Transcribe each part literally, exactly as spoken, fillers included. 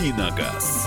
«Давиногаз».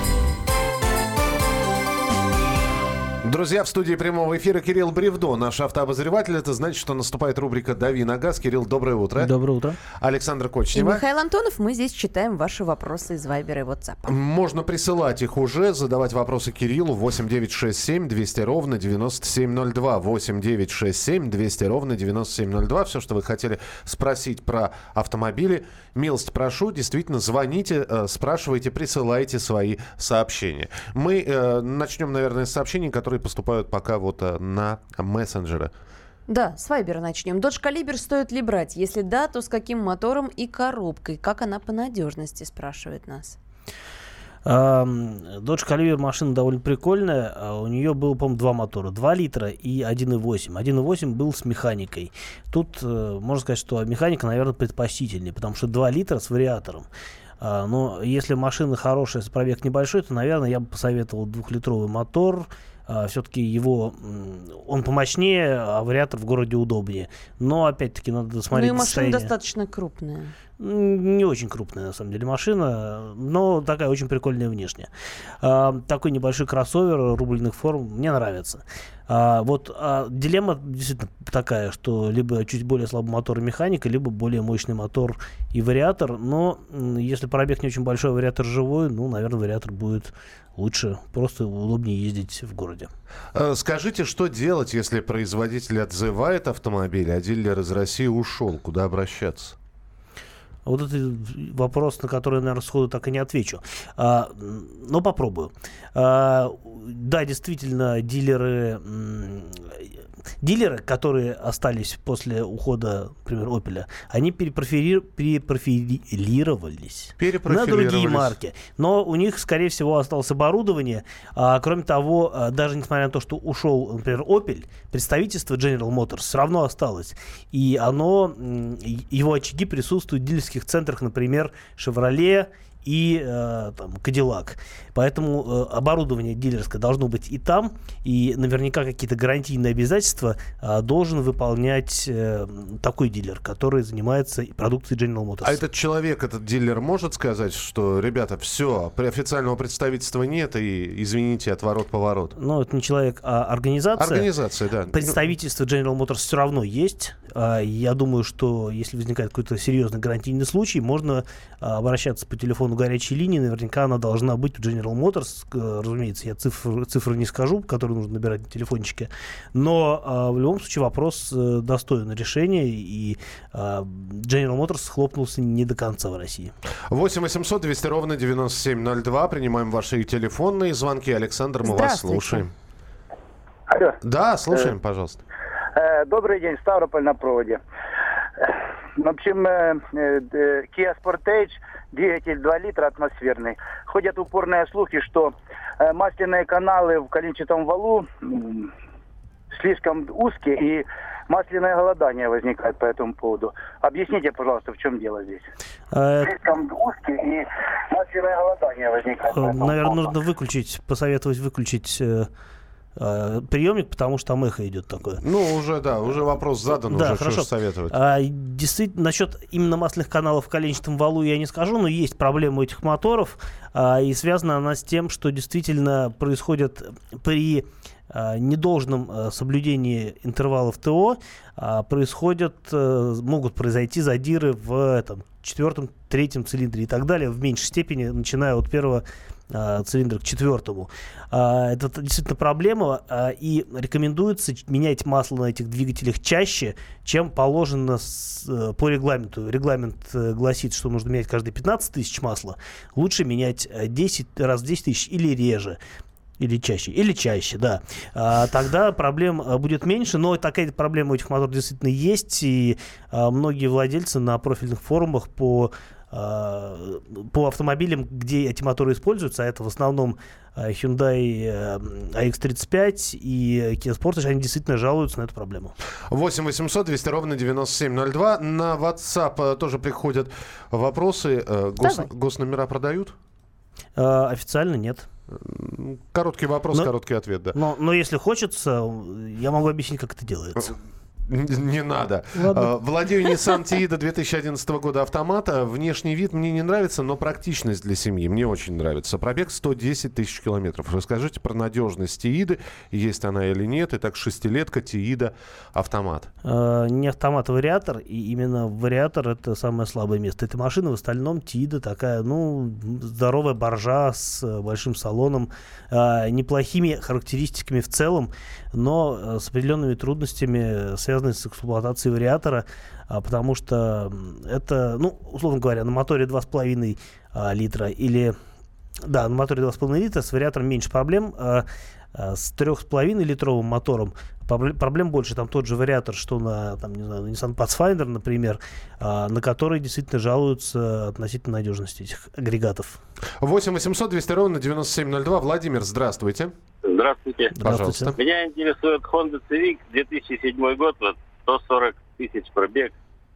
Друзья, в студии прямого эфира Кирилл Бревдо, наш автообозреватель. Это значит, что наступает рубрика «Дави на газ». Кирилл, доброе утро. Доброе утро. Александр И Кочнева. Михаил Антонов. Мы здесь читаем ваши вопросы из Вайбера и WhatsApp. Можно присылать их уже, задавать вопросы Кириллу. восемь девятьсот шестьдесят семь двести ровно девяносто семь ноль два. восемь девятьсот шестьдесят семь двести ровно девяносто семь ноль два. Все, что вы хотели спросить про автомобили, милость прошу. Действительно, звоните, э, спрашивайте, присылайте свои сообщения. Мы э, начнем, наверное, с сообщений, которые поступают пока вот э, на мессенджеры. Да, с Вайбера начнем. Dodge Caliber стоит ли брать? Если да, то с каким мотором и коробкой? Как она по надежности, спрашивает нас. Dodge Caliber машина довольно прикольная. У нее было, по-моему, два мотора. два литра и один и восемь. один и восемь был с механикой. Тут можно сказать, что механика, наверное, предпочтительнее, потому что два литра с вариатором. Но если машина хорошая, пробег небольшой, то, наверное, я бы посоветовал двухлитровый мотор. Все-таки его, он помощнее, а вариатор в городе удобнее. Но, опять-таки, надо смотреть Ну и машина состояние. достаточно крупная. Не очень крупная, на самом деле, машина, но такая очень прикольная внешне. А, такой небольшой кроссовер рубленых форм мне нравится. А, вот а, дилемма действительно такая, что либо чуть более слабый мотор и механика, либо более мощный мотор и вариатор. Но м, если пробег не очень большой, вариатор живой, ну, наверное, вариатор будет лучше, просто удобнее ездить в городе. Скажите, что делать, если производитель отзывает автомобиль, а дилер из России ушел? Куда обращаться? Вот это вопрос, на который я, наверное, сходу так и не отвечу. А, но попробую. А, да, действительно, дилеры, дилеры, которые остались после ухода, например, Opel, они перепрофили, перепрофилировались на другие марки. Но у них, скорее всего, осталось оборудование. А, кроме того, даже несмотря на то, что ушел, например, Opel, представительство General Motors все равно осталось. И оно, его очаги присутствуют в дилерских центрах, например, Chevrolet и э, там, Cadillac. Поэтому э, оборудование дилерское должно быть и там, и наверняка какие-то гарантийные обязательства э, должен выполнять э, такой дилер, который занимается продукцией General Motors. А этот человек, этот дилер может сказать, что, ребята, все, официального представительства нет, и, извините, отворот-поворот? Ну, это не человек, а организация. Организация, да. Представительство General Motors все равно есть. Я думаю, что если возникает какой-то серьезный гарантийный случай, можно обращаться по телефону горячей линии. Наверняка она должна быть у General Motors. Разумеется, я цифры, цифры не скажу, которые нужно набирать на телефончике. Но в любом случае вопрос достоин решения. И General Motors схлопнулся не до конца в России. восемь восемьсот двести ровно девяносто семь ноль два. Принимаем ваши телефонные звонки. Александр, мы вас слушаем. Алло. Да, слушаем, э, пожалуйста. Э, добрый день, Ставрополь на проводе. В общем, э, э, Kia Sportage, двигатель два литра атмосферный. Ходят упорные слухи, что э, масляные каналы в Калинчатом валу э, слишком узкие, и масляное голодание возникает по этому поводу. Объясните, пожалуйста, в чем дело здесь? А... Слишком узкие, и масляное голодание возникает. Наверное, нужно выключить, посоветовать выключить... приемник, потому что там эхо идет такое. Ну, уже, да, уже вопрос задан, да, уже хорошо. Что советовать. А, действительно, насчет именно масляных каналов в Калинчатом валу я не скажу, но есть проблема у этих моторов, а, и связана она с тем, что действительно происходит при а, недолжном а, соблюдении интервалов ТО, а, происходят, а, могут произойти задиры в там, четвертом, третьем цилиндре и так далее, в меньшей степени, начиная от первого цилиндра к четвертому. Это действительно проблема, и рекомендуется менять масло на этих двигателях чаще, чем положено с, по регламенту. Регламент гласит, что нужно менять каждые пятнадцать тысяч масла. Лучше менять десять, раз в десять тысяч или реже. Или чаще, или чаще, да. А, тогда проблем а, будет меньше, но такая проблема у этих моторов действительно есть, и а, многие владельцы на профильных форумах по, а, по автомобилям, где эти моторы используются, а это в основном а, Hyundai а, эй икс тридцать пять и Kia Sportage, они действительно жалуются на эту проблему. восемь восемьсот двести ровно девяносто семь ноль два. На WhatsApp а, тоже приходят вопросы. А, гос, госномера продают? А, официально нет. Короткий вопрос, но, короткий ответ, да. Но, но если хочется, я могу объяснить, как это делается. Не надо. Ладно. Владею Nissan Tiida две тысячи одиннадцатого года автомата. Внешний вид мне не нравится, но практичность для семьи мне очень нравится. Пробег сто десять тысяч километров. Расскажите про надежность Tiida, есть она или нет. Итак, шестилетка Tiida автомат. Э, не автомат, а вариатор. И именно вариатор — это самое слабое место этой машины. В остальном Tiida такая, ну, здоровая боржа с большим салоном, э, неплохими характеристиками в целом, но с определенными трудностями, связанными с эксплуатацией вариатора, а, потому что это, ну, условно говоря, на моторе два с половиной а, литра или, да, на моторе два с половиной литра с вариатором меньше проблем, а, а, с трёх с половиной литровым мотором проблем больше. Там тот же вариатор, что на, там, не знаю, на Nissan Pathfinder, например, а, на который действительно жалуются относительно надежности этих агрегатов. восемь восемьсот двести ровно девяносто семь ноль два. Владимир, здравствуйте. Здравствуйте. Пожалуйста. Меня интересует Honda Civic, две тысячи седьмой год, вот, сто сорок тысяч пробег,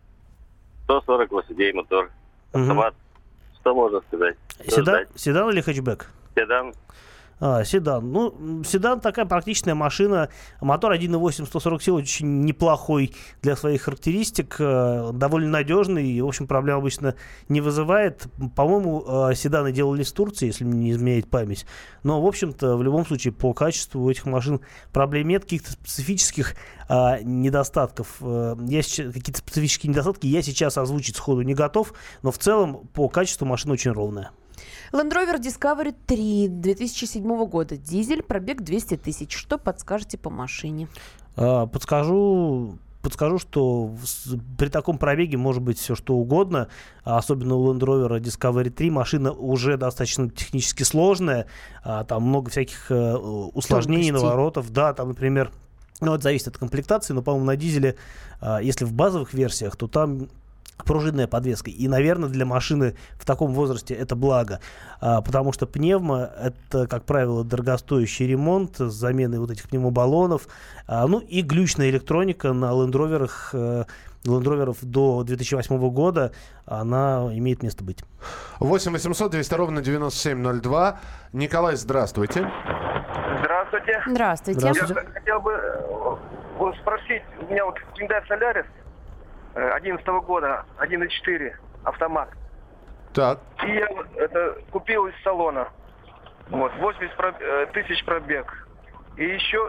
сто сорок лошадей мотор, автомат. Угу. Что можно сказать? Седан, седан или хэтчбэк? Седан. А, седан. Ну, седан такая практичная машина. Мотор один и восемь, сто сорок сил, очень неплохой для своих характеристик. Э, довольно надежный. И, в общем, проблем обычно не вызывает. По-моему, э, седаны делали в Турции, если мне не изменяет память. Но, в общем-то, в любом случае, по качеству у этих машин проблем нет. Каких-то специфических э, недостатков. Э, я сейчас, какие-то специфические недостатки я сейчас озвучить сходу не готов. Но в целом, по качеству машина очень ровная. Land Rover Discovery три две тысячи седьмого года. Дизель, пробег двести тысяч. Что подскажете по машине? А, подскажу... Подскажу, что при таком пробеге может быть все что угодно, особенно у Land Rover Discovery три. Машина уже достаточно технически сложная, там много всяких усложнений, тонкостей, наворотов. Да, там, например, ну, это зависит от комплектации, но, по-моему, на дизеле, если в базовых версиях, то там пружинная подвеска. И, наверное, для машины в таком возрасте это благо, а, потому что пневмо — это, как правило, дорогостоящий ремонт с заменой вот этих пневмобаллонов. А, ну и глючная электроника на Land Rover'ах, э, Land Rover'ов до две тысячи восьмого года, она имеет место быть. восемь восемьсот двести ровно девяносто семь ноль два. Николай, здравствуйте. Здравствуйте. Здравствуйте. Здравствуйте. Я хотел бы э, спросить, у меня вот Hyundai Solaris одиннадцатого года, один и четыре, автомат. Так. И я это купил из салона. Вот, восемьдесят тысяч пробег. И еще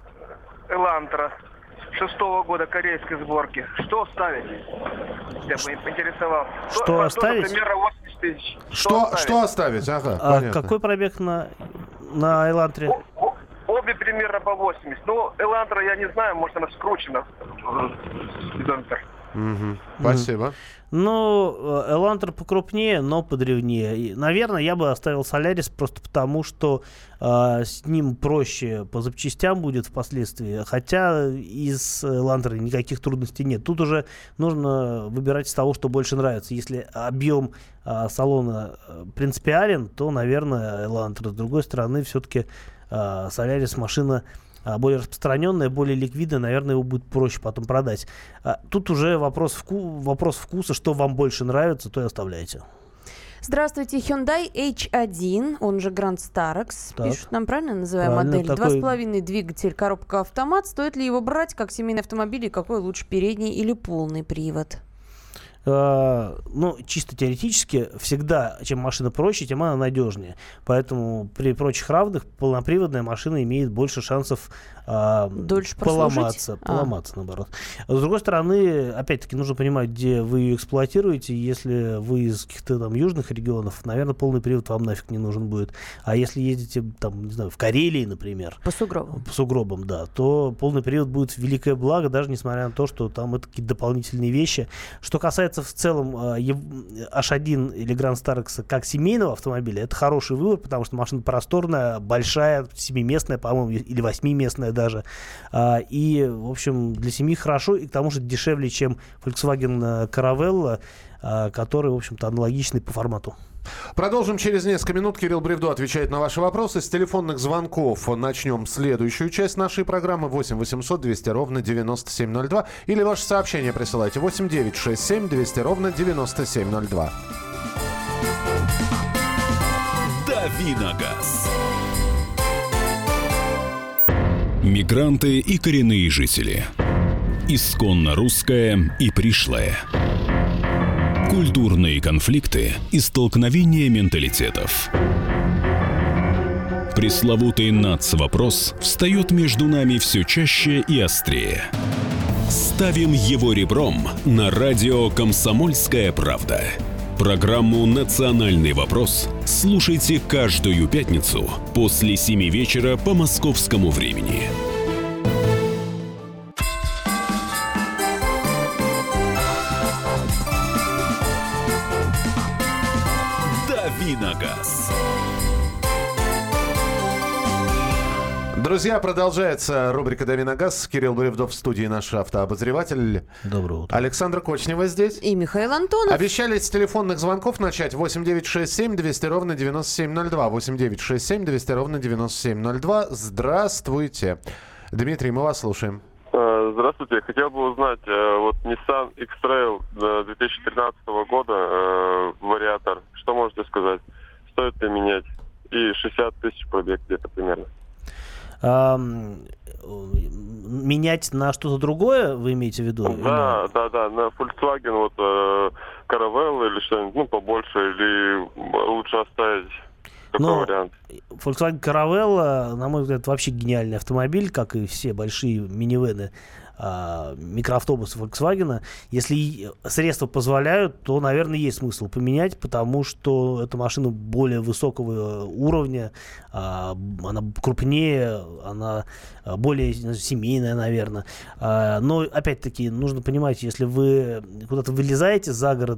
Elantra шестого года корейской сборки. Что ставить? Я бы интересовал. Что Тоже оставить? примерно восемьдесят тысяч. Что, что оставить? Ага, А понятно. какой пробег на, на Elantra? О- о- Обе примерно по восемьдесят. Ну, Elantra я не знаю, может она скручена. Спидометр. Угу. Спасибо. Ну, Elantra покрупнее, но подревнее. И, наверное, я бы оставил Solaris просто потому, что э, с ним проще по запчастям будет впоследствии. Хотя из Elantra никаких трудностей нет. Тут уже нужно выбирать из того, что больше нравится. Если объем э, салона принципиален, то, наверное, Elantra. С другой стороны, все-таки э, Solaris машина более распространенная, более ликвидная, наверное, его будет проще потом продать. Тут уже вопрос, вку- вопрос вкуса, что вам больше нравится, то и оставляйте. Здравствуйте, Hyundai эйч один, он же Grand Starex. Так. Пишут, нам правильно называем Правильно, модель? такой- Два с половиной двигатель, коробка автомат. Стоит ли его брать как семейный автомобиль и какой лучше, передний или полный привод? Uh, ну, чисто теоретически, всегда, чем машина проще, тем она надежнее. Поэтому при прочих равных полноприводная машина имеет больше шансов uh, Дольше поломаться. прослужить? Поломаться, а. наоборот. С другой стороны, опять-таки, нужно понимать, где вы ее эксплуатируете. Если вы из каких-то там южных регионов, наверное, полный привод вам нафиг не нужен будет. А если ездите, там, не знаю, в Карелии, например, По сугробам. по сугробам, да, то полный привод будет великое благо, даже несмотря на то, что там это какие-то дополнительные вещи. Что касается в целом эйч один или Grand Starex как семейного автомобиля, это хороший выбор, потому что машина просторная, большая, семиместная, по-моему, или восьмиместная даже. И, в общем, для семьи хорошо, и к тому же дешевле, чем Volkswagen Caravella, который, в общем-то, аналогичный по формату. Продолжим через несколько минут. Кирилл Бревдо отвечает на ваши вопросы. С телефонных звонков начнем следующую часть нашей программы. восемь восемьсот двести ровно девяносто семь ноль два. Или ваше сообщение присылайте. восемь девятьсот шестьдесят семь двести ровно девяносто семь ноль два. Давиногаз. Мигранты и коренные жители. исконно русское и пришлое. Культурные конфликты и столкновения менталитетов. Пресловутый нацвопрос встает между нами все чаще и острее. Ставим его ребром на радио «Комсомольская правда». Программу «Национальный вопрос» слушайте каждую пятницу после семи вечера по московскому времени. «Дави на газ». Друзья, продолжается рубрика «Дави на газ». Кирилл Бревдов в студии, наш автообозреватель. Доброе утро. Александра Кочнева здесь. И Михаил Антонов. Обещали с телефонных звонков начать. восемь девятьсот шестьдесят семь двести ровно девяносто семь ноль два. восемь девятьсот шестьдесят семь двести ровно девяносто семь ноль два. Здравствуйте. Дмитрий, мы вас слушаем. Здравствуйте. Хотел бы узнать, вот Nissan X-Trail две тысячи тринадцатого года, вариатор. Что можете сказать? Стоит ли менять? И шестьдесят тысяч пробег где-то примерно. Менять на что-то другое, вы имеете в виду? Да, да, да, на Volkswagen вот э, Caravelle или что-нибудь, ну, побольше, или лучше оставить? Какой Но вариант? Volkswagen Caravelle, на мой взгляд, вообще гениальный автомобиль, как и все большие минивэны, микроавтобусы Volkswagen. Если средства позволяют, то, наверное, есть смысл поменять, потому что эта машина более высокого уровня, она крупнее, она более семейная, наверное. Но, опять-таки, нужно понимать, если вы куда-то вылезаете за город,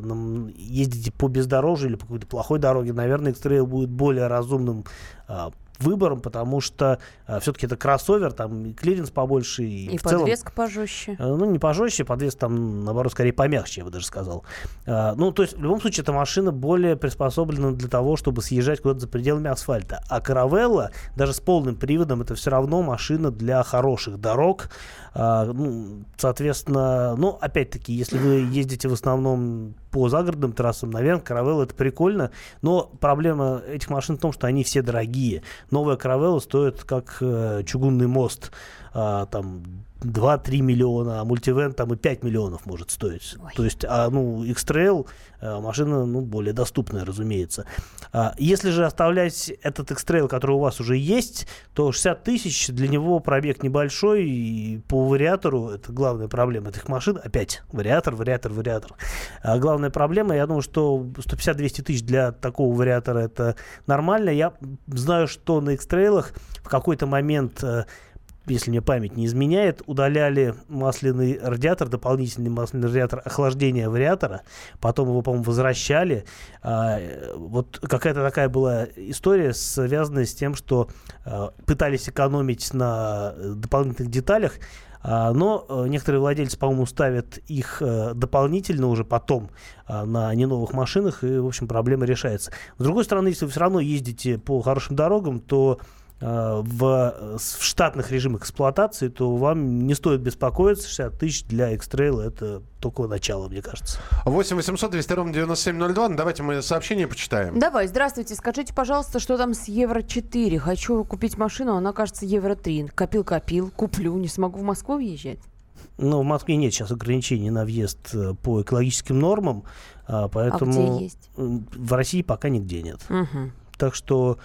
ездите по бездорожью или по какой-то плохой дороге, наверное, X-Trail будет более разумным выбором, потому что а, все-таки это кроссовер, там и клиренс побольше. И, и в целом, подвеска пожестче. А, ну, не пожестче, подвеска там, наоборот, скорее помягче, я бы даже сказал. А, ну, то есть, в любом случае, эта машина более приспособлена для того, чтобы съезжать куда-то за пределами асфальта. А Caravelle, даже с полным приводом, это все равно машина для хороших дорог. А, ну, соответственно, ну, опять-таки, если вы ездите в основном по загородным трассам, наверное, Caravelle это прикольно, но проблема этих машин в том, что они все дорогие. Новая Caravelle стоит как э, чугунный мост, э, там два-три миллиона, а мультивэн там и пять миллионов может стоить. Ой. То есть, а, ну, X-Trail э, машина, ну, более доступная, разумеется. А, если же оставлять этот X-Trail, который у вас уже есть, то шестьдесят тысяч, для него пробег небольшой, и по вариатору, это главная проблема этих машин, опять вариатор, вариатор, вариатор. А главная проблема, я думаю, что сто пятьдесят-двести тысяч для такого вариатора это нормально. Я знаю, что на X-Trail'ах в какой-то момент, если мне память не изменяет, удаляли масляный радиатор, дополнительный масляный радиатор охлаждения вариатора, потом его, по-моему, возвращали. А, вот какая-то такая была история, связанная с тем, что а, пытались экономить на дополнительных деталях, а, но некоторые владельцы, по-моему, ставят их а, дополнительно уже потом а, на не новых машинах, и, в общем, проблема решается. С другой стороны, если вы все равно ездите по хорошим дорогам, то В, в штатных режимах эксплуатации, то вам не стоит беспокоиться. шестьдесят тысяч для X-Trail это только начало, мне кажется. восемь восемьсот двести ровно девяносто семь ноль два. Ну, давайте мы сообщение почитаем. Давай, здравствуйте. Скажите, пожалуйста, что там с Евро четыре? Хочу купить машину, она, кажется, Евро три. Копил-копил, куплю. Не смогу в Москву въезжать? Ну, в Москве нет сейчас ограничений на въезд по экологическим нормам, поэтому а где есть? В России пока нигде нет. Угу. Так что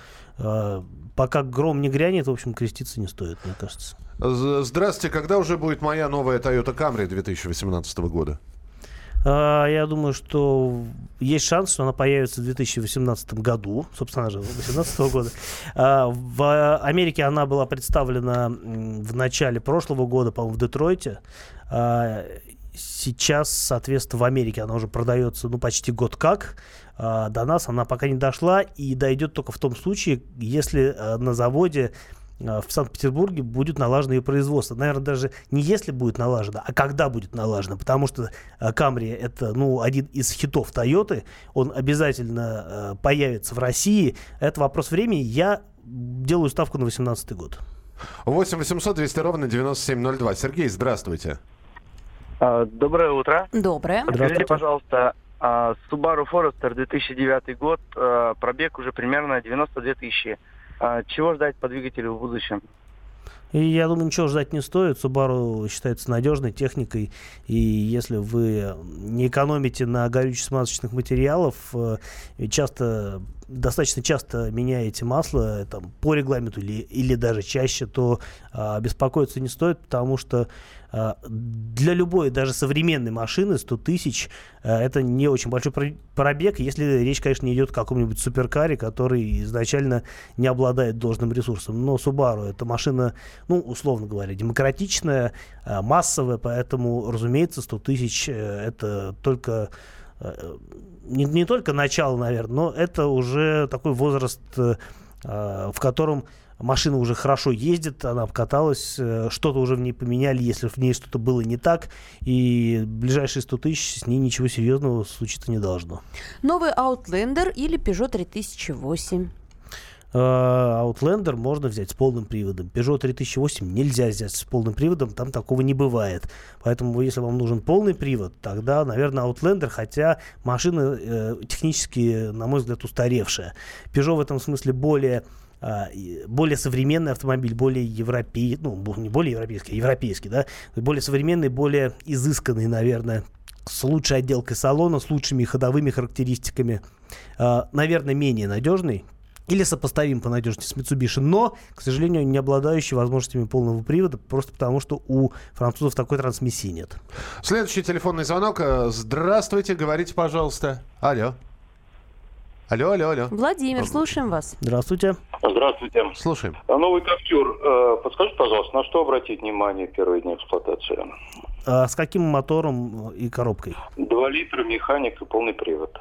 пока гром не грянет, в общем, креститься не стоит, мне кажется. Здравствуйте, когда уже будет моя новая Toyota Camry две тысячи восемнадцатого года? Я думаю, что есть шанс, что она появится в две тысячи восемнадцатом году, собственно же, две тысячи восемнадцатого года. В Америке она была представлена в начале прошлого года, по-моему, в Детройте. Сейчас, соответственно, в Америке она уже продается, ну, почти год как. А, до нас она пока не дошла и дойдет только в том случае, если а, на заводе а, в Санкт-Петербурге будет налажено ее производство. Наверное, даже не если будет налажено, а когда будет налажено. Потому что а, Camry — это, ну, один из хитов Toyota. Он обязательно а, появится в России. Это вопрос времени. Я делаю ставку на восемнадцатый год. восемь восемьсот двести ровно девяносто семь ноль два. Сергей, здравствуйте. Доброе утро. Доброе. Скажите, пожалуйста, Subaru Forester две тысячи девятый год, пробег уже примерно девяносто две тысячи. Чего ждать по двигателю в будущем? И я думаю, ничего ждать не стоит. Subaru считается надежной техникой. И если вы не экономите на горюче-смазочных материалах, часто, достаточно часто меняете масло там, по регламенту или, или даже чаще, то а, беспокоиться не стоит, потому что а, для любой, даже современной машины сто тысяч а, это не очень большой пробег, если речь, конечно, не идет о каком-нибудь суперкаре, который изначально не обладает должным ресурсом. Но Subaru — это машина, ну, условно говоря, демократичная, а, массовая, поэтому, разумеется, сто тысяч это только... Не, не только начало, наверное, но это уже такой возраст, э, в котором машина уже хорошо ездит, она обкаталась, э, что-то уже в ней поменяли, если в ней что-то было не так, и ближайшие сто тысяч с ней ничего серьезного случиться не должно. Новый Outlander или Peugeot три тысячи восемь? Outlander можно взять с полным приводом. Peugeot три тысячи восемь нельзя взять с полным приводом, там такого не бывает. Поэтому, если вам нужен полный привод, тогда, наверное, Outlander, хотя машина э, технически, на мой взгляд, устаревшая. Peugeot в этом смысле более, э, более современный автомобиль, более европейский, ну, не более европейский, а европейский, да, более современный, более изысканный, наверное, с лучшей отделкой салона, с лучшими ходовыми характеристиками, э, наверное, менее надежный. Или сопоставим по надежности с Mitsubishi, но, к сожалению, не обладающий возможностями полного привода, просто потому что у французов такой трансмиссии нет. Следующий телефонный звонок. Здравствуйте, говорите, пожалуйста. Алло. Алло, алло, алло. Владимир, слушаем вас. Здравствуйте. Здравствуйте. Слушаем. Новый Каптюр. Подскажите, пожалуйста, на что обратить внимание в первые дни эксплуатации? А с каким мотором и коробкой? Два литра, механик и полный привод.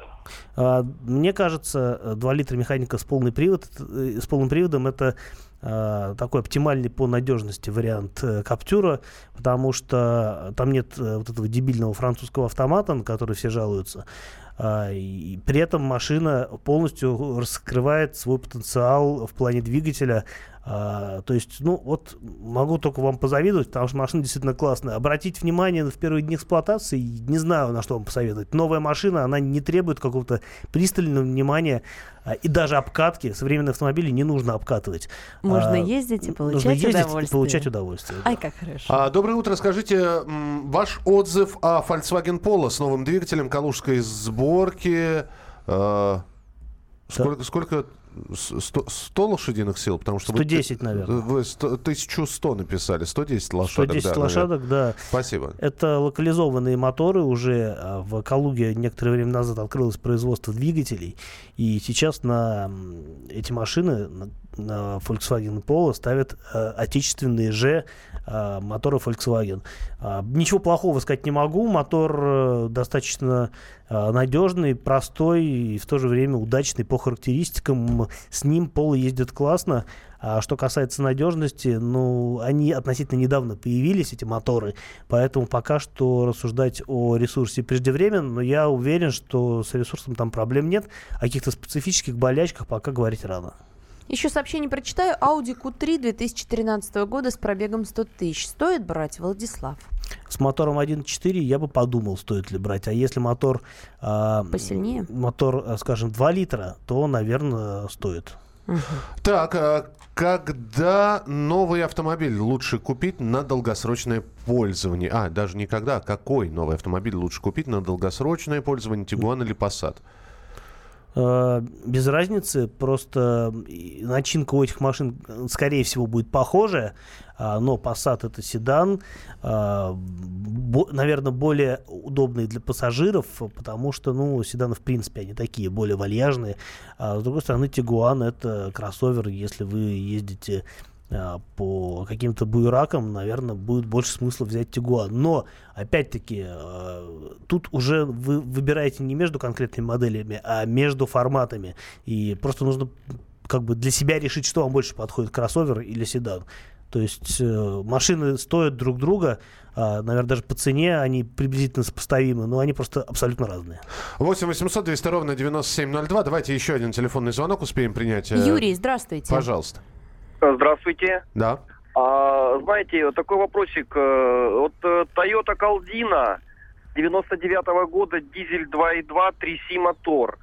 Мне кажется, два литра механика с, полный привод, с полным приводом — это а, такой оптимальный по надежности вариант Каптюра, потому что там нет вот этого дебильного французского автомата, на который все жалуются. А, и при этом машина полностью раскрывает свой потенциал в плане двигателя. А, то есть, ну, вот могу только вам позавидовать, потому что машина действительно классная. Обратить внимание в первые дни эксплуатации, не знаю, на что вам посоветовать. Новая машина, она не требует какого-то пристального внимания а, и даже обкатки. Современные автомобили не нужно обкатывать. Можно а, ездить и получать нужно ездить удовольствие. и получать удовольствие. Ай, Да. как хорошо. А, доброе утро. Скажите, м, ваш отзыв о Volkswagen Polo с новым двигателем калужской сборки. Э, сколько, сколько сто, сто лошадиных сил? Потому что сто десять, вы, наверное. Вы сто, тысячу сто написали. сто десять лошадок. сто десять да, лошадок, да. Спасибо. Это локализованные моторы. Уже а, в Калуге некоторое время назад открылось производство двигателей. И сейчас на м, эти машины, на, на Volkswagen Polo, ставят а, отечественные же а, моторы Volkswagen. А, ничего плохого сказать не могу. Мотор а, достаточно а, надежный, простой и в то же время удачный по характеристикам. С ним Polo ездит классно. А что касается надежности, ну, они относительно недавно появились, эти моторы, поэтому пока что рассуждать о ресурсе преждевременно, но я уверен, что с ресурсом там проблем нет, о каких-то специфических болячках пока говорить рано. Еще сообщение прочитаю. Audi кью три две тысячи тринадцатого года с пробегом сто тысяч. Стоит брать, Владислав? С мотором один и четыре я бы подумал, стоит ли брать. А если мотор... Э, Посильнее? Мотор, скажем, два литра, то, наверное, стоит. Угу. Так, а когда новый автомобиль лучше купить на долгосрочное пользование? А, даже не когда, а какой новый автомобиль лучше купить на долгосрочное пользование, Тигуан или Passat? Без разницы, просто начинка у этих машин, скорее всего, будет похожая, но Passat — это седан, наверное, более удобный для пассажиров, потому что, ну, седаны, в принципе, они такие более вальяжные. А с другой стороны, Tiguan — это кроссовер, если вы ездите по каким-то буеракам, наверное, будет больше смысла взять Tiguan. Но, опять-таки, тут уже вы выбираете не между конкретными моделями, а между форматами. И просто нужно как бы для себя решить, что вам больше подходит, кроссовер или седан. То есть машины стоят друг друга, наверное, даже по цене они приблизительно сопоставимы, но они просто абсолютно разные. восемь восемьсот двести ровно девяносто семь ноль два. Давайте еще один телефонный звонок успеем принять. Юрий, здравствуйте. Пожалуйста. Здравствуйте. Да. А, знаете, вот такой вопросик. Вот Toyota Caldina девяносто девятого года, дизель два и два, три си мотор.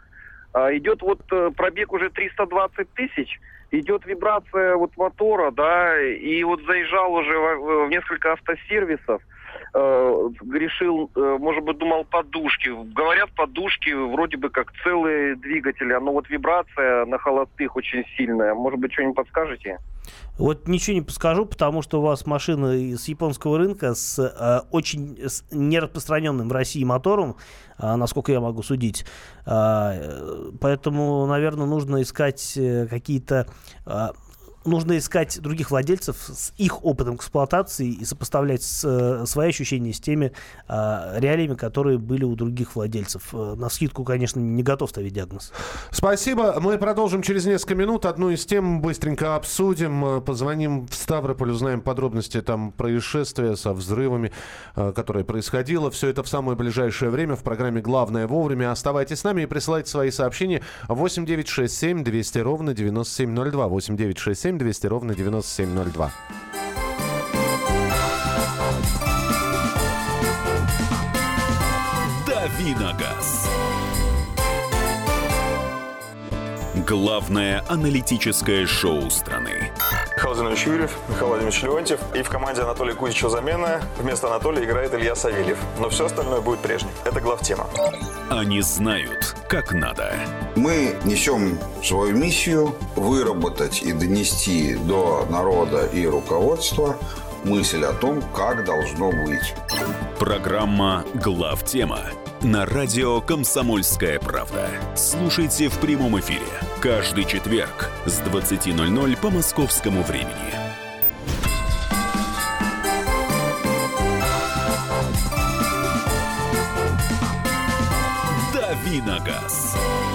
А идет вот э, пробег уже триста двадцать тысяч, идет вибрация вот мотора, да, и вот заезжал уже в, в несколько автосервисов, э, решил, э, может быть, думал подушки. Говорят, подушки вроде бы как целые двигатели, но вот вибрация на холостых очень сильная. Может быть, что-нибудь подскажете? Вот ничего не подскажу, потому что у вас машина с японского рынка с э, очень с нераспространенным в России мотором, э, насколько я могу судить. Э, поэтому, наверное, нужно искать э, какие-то... Э, нужно искать других владельцев с их опытом эксплуатации и сопоставлять с, э, свои ощущения с теми э, реалиями, которые были у других владельцев. Э, навскидку, конечно, не готов ставить диагноз. Спасибо. Мы продолжим через несколько минут. Одну из тем быстренько обсудим. Позвоним в Ставрополь, узнаем подробности там происшествия со взрывами, э, которое происходило. Все это в самое ближайшее время в программе «Главное вовремя». Оставайтесь с нами и присылайте свои сообщения. восемь девятьсот шестьдесят семь двести ровно девяносто семь ноль два. восемь девятьсот шестьдесят семь двести ровно девяносто семь ноль два. Давиногаз. Главное аналитическое шоу страны. Михаил Владимирович Юрьев, Михаил Владимирович Леонтьев. И в команде Анатолия Кузичева замена. Вместо Анатолия играет Илья Савельев. Но все остальное будет прежним. Это главтема. Они знают, как надо. Мы несем свою миссию выработать и донести до народа и руководства мысль о том, как должно быть. Программа «Главтема» на радио «Комсомольская правда». Слушайте в прямом эфире каждый четверг с двадцати ноль-ноль по московскому времени. Давиногаз.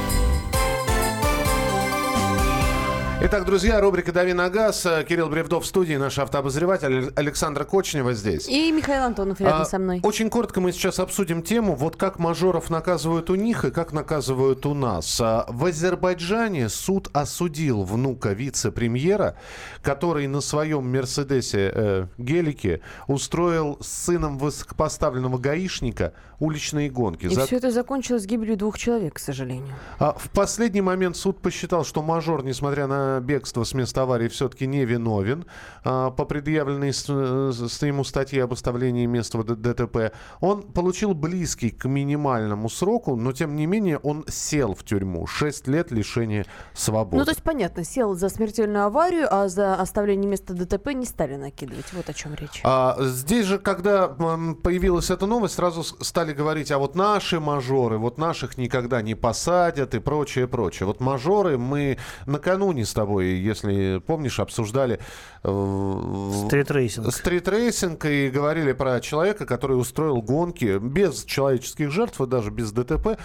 Итак, друзья, рубрика «Дави на газ». Кирилл Бревдов в студии, наш автообозреватель. Александра Кочнева здесь. И Михаил Антонов рядом а, со мной. Очень коротко мы сейчас обсудим тему, вот как мажоров наказывают у них и как наказывают у нас. А, в Азербайджане суд осудил внука вице-премьера, который на своем «Мерседесе» э, гелике устроил с сыном высокопоставленного гаишника уличные гонки. И За... все это закончилось гибелью двух человек, к сожалению. А, в последний момент суд посчитал, что мажор, несмотря на бегство с места аварии, все-таки не виновен а, по предъявленной с, с ему статье об оставлении места в ДТП. Он получил близкий к минимальному сроку, но тем не менее он сел в тюрьму. Шесть лет лишения свободы. Ну, то есть, понятно, сел за смертельную аварию, а за оставление места ДТП не стали накидывать. Вот о чем речь. А, здесь же, когда появилась эта новость, сразу стали говорить, а вот наши мажоры, вот наших никогда не посадят и прочее, прочее. Вот мажоры мы накануне с тобой, если помнишь, обсуждали стритрейсинг. стритрейсинг и говорили про человека, который устроил гонки без человеческих жертв и даже без ДТП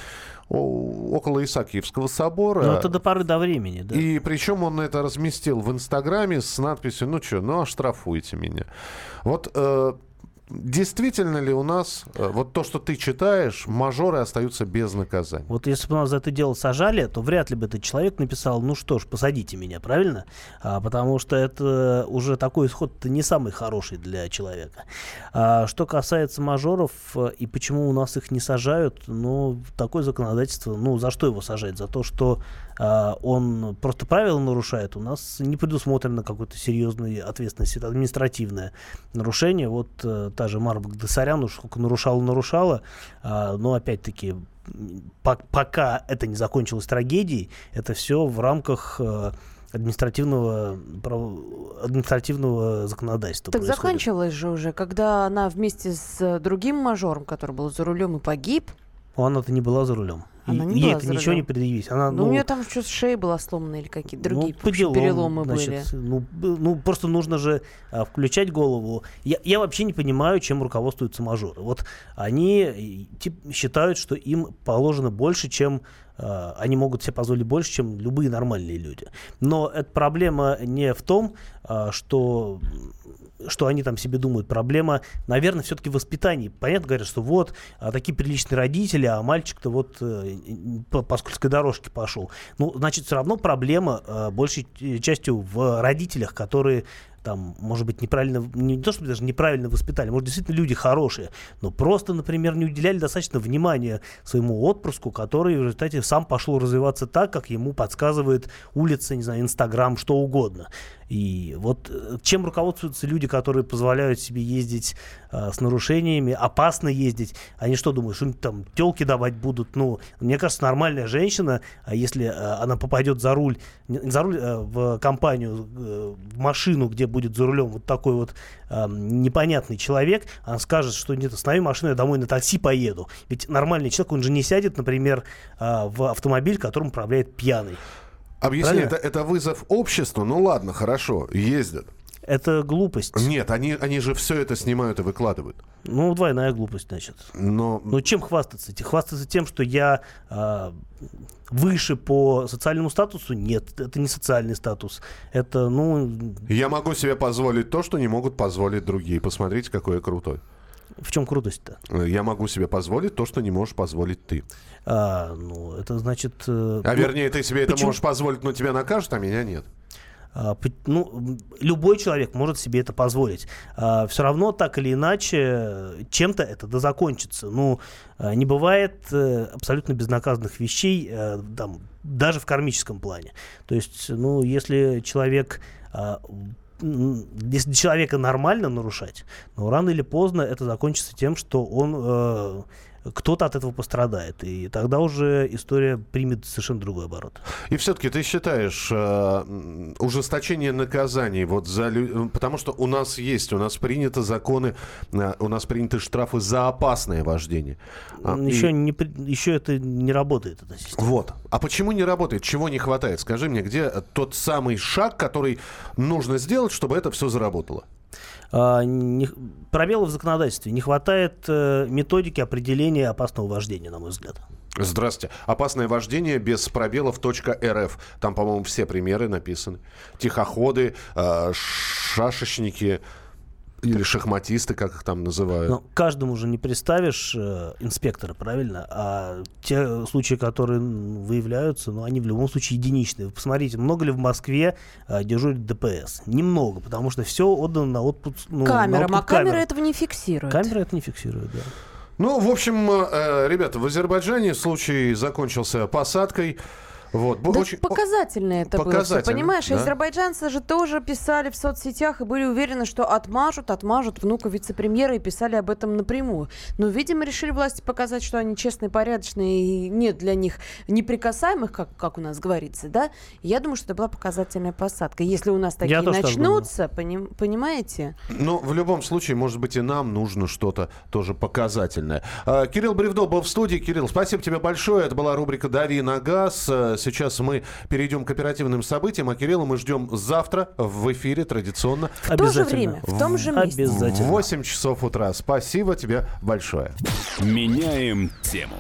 около Исаакиевского собора. Ну, это до поры до времени, да. И причем он это разместил в Инстаграме с надписью «Ну что, ну оштрафуйте меня». Вот э, действительно ли у нас, вот то, что ты читаешь, мажоры остаются без наказания? Вот если бы нас за это дело сажали, то вряд ли бы этот человек написал, ну что ж, посадите меня, правильно? А, потому что это уже такой исход не самый хороший для человека. А, что касается мажоров и почему у нас их не сажают, ну, такое законодательство, ну, за что его сажать? За то, что а, он просто правила нарушает, у нас не предусмотрено какой-то серьезной ответственности, это административное нарушение. Вот та же Мара Багдасарян уж сколько нарушала-нарушала, а, но опять-таки по- пока это не закончилось трагедией, это все в рамках а, административного, административного законодательства. Так происходит. заканчивалось же уже, когда она вместе с другим мажором, который был за рулем и погиб. Она-то не была за рулем. Она не Ей была это за ничего рулем. не предъявить. Она, Ну, ну, у нее там что-то шея была сломана или какие-то другие ну, по делам, переломы значит, были. Ну, ну, просто нужно же а, включать голову. Я, я вообще не понимаю, чем руководствуются мажоры. Вот они тип, считают, что им положено больше, чем а, они могут себе позволить больше, чем любые нормальные люди. Но эта проблема не в том, а, что... что они там себе думают. Проблема, наверное, все-таки в воспитании. Понятно, говорят, что вот а, такие приличные родители, а мальчик-то вот э, по, по скользкой дорожке пошел. Ну, значит, все равно проблема э, большей частью в родителях, которые там, может быть, неправильно, не то чтобы даже неправильно воспитали, может, действительно люди хорошие, но просто, например, не уделяли достаточно внимания своему отпрыску, который в результате сам пошел развиваться так, как ему подсказывает улица, не знаю, Инстаграм, что угодно. И вот чем руководствуются люди, которые позволяют себе ездить э, с нарушениями, опасно ездить? Они что думают, что там телки давать будут? Ну, мне кажется, нормальная женщина, если э, она попадет за руль, за руль э, в компанию, э, в машину, где будет за рулем вот такой вот э, непонятный человек, она скажет, что нет, останови машину, я домой на такси поеду. Ведь нормальный человек, он же не сядет, например, э, в автомобиль, которым управляет пьяный. Объясни, это, это вызов обществу? Ну ладно, хорошо, ездят. Это глупость. Нет, они, они же все это снимают и выкладывают. Ну, двойная глупость, значит. Но... Ну, чем хвастаться? Хвастаться тем, что я э, выше по социальному статусу? Нет, это не социальный статус. Это, ну... Я могу себе позволить то, что не могут позволить другие. Посмотрите, какой я крутой. В чем крутость-то? Я могу себе позволить то, что не можешь позволить ты. А, ну, это значит... Э, а ну, вернее, ты себе почему? это можешь позволить, но тебя накажут, а меня нет. А, ну, любой человек может себе это позволить. А, все равно, так или иначе, чем-то это да закончится. Ну, не бывает абсолютно безнаказанных вещей, там, даже в кармическом плане. То есть, ну, если человек... Если для человека нормально нарушать, но рано или поздно это закончится тем, что он, э, кто-то от этого пострадает. И тогда уже история примет совершенно другой оборот. И все-таки ты считаешь э, ужесточение наказаний, вот за, потому что у нас есть, у нас приняты законы, э, у нас приняты штрафы за опасное вождение. Еще, и... не, еще это не работает, эта система. Вот. А почему не работает? Чего не хватает? Скажи мне, где тот самый шаг, который нужно сделать, чтобы это все заработало? А, не, пробелы в законодательстве. Не хватает э, методики определения опасного вождения, на мой взгляд. Здравствуйте. Опасное вождение без пробелов .рф. Там, по-моему, все примеры написаны. Тихоходы, э, шашечники... Или шахматисты, как их там называют. Но каждому же не представишь э, инспектора, правильно? А те случаи, которые выявляются, ну, они в любом случае единичные. Вы посмотрите, много ли в Москве э, дежурит ДПС? Немного, потому что все отдано на отпуск. Ну, камерам, на а камеры этого не фиксируют. Камеры это не фиксируют, да. Ну, в общем, э, ребята, в Азербайджане случай закончился посадкой. Вот. Да Очень... показательно это показательно, было все, понимаешь? Да? Азербайджанцы же тоже писали в соцсетях и были уверены, что отмажут, отмажут внука вице-премьера, и писали об этом напрямую. Но, видимо, решили власти показать, что они честные, порядочные, и нет для них неприкасаемых, как, как у нас говорится, да? Я думаю, что это была показательная посадка. Если у нас такие начнутся, поним, понимаете? Ну, в любом случае, может быть, и нам нужно что-то тоже показательное. А, Кирилл Бревдо был в студии. Кирилл, спасибо тебе большое. Это была рубрика «Дави на газ». Сейчас мы перейдем к оперативным событиям, а Кирилла мы ждем завтра в эфире традиционно. В то же время, в том же месте. Обязательно. В восемь часов утра. Спасибо тебе большое. Меняем тему.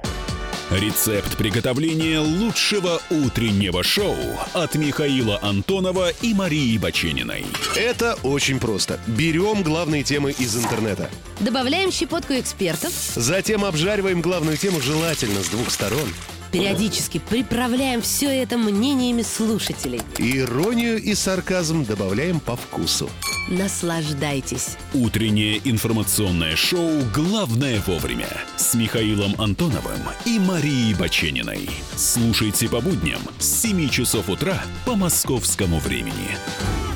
Рецепт приготовления лучшего утреннего шоу от Михаила Антонова и Марии Бачениной. Это очень просто. Берем главные темы из интернета. Добавляем щепотку экспертов. Затем обжариваем главную тему желательно с двух сторон. Периодически приправляем все это мнениями слушателей. Иронию и сарказм добавляем по вкусу. Наслаждайтесь. Утреннее информационное шоу «Главное вовремя» с Михаилом Антоновым и Марией Бачениной. Слушайте по будням с семи часов утра по московскому времени.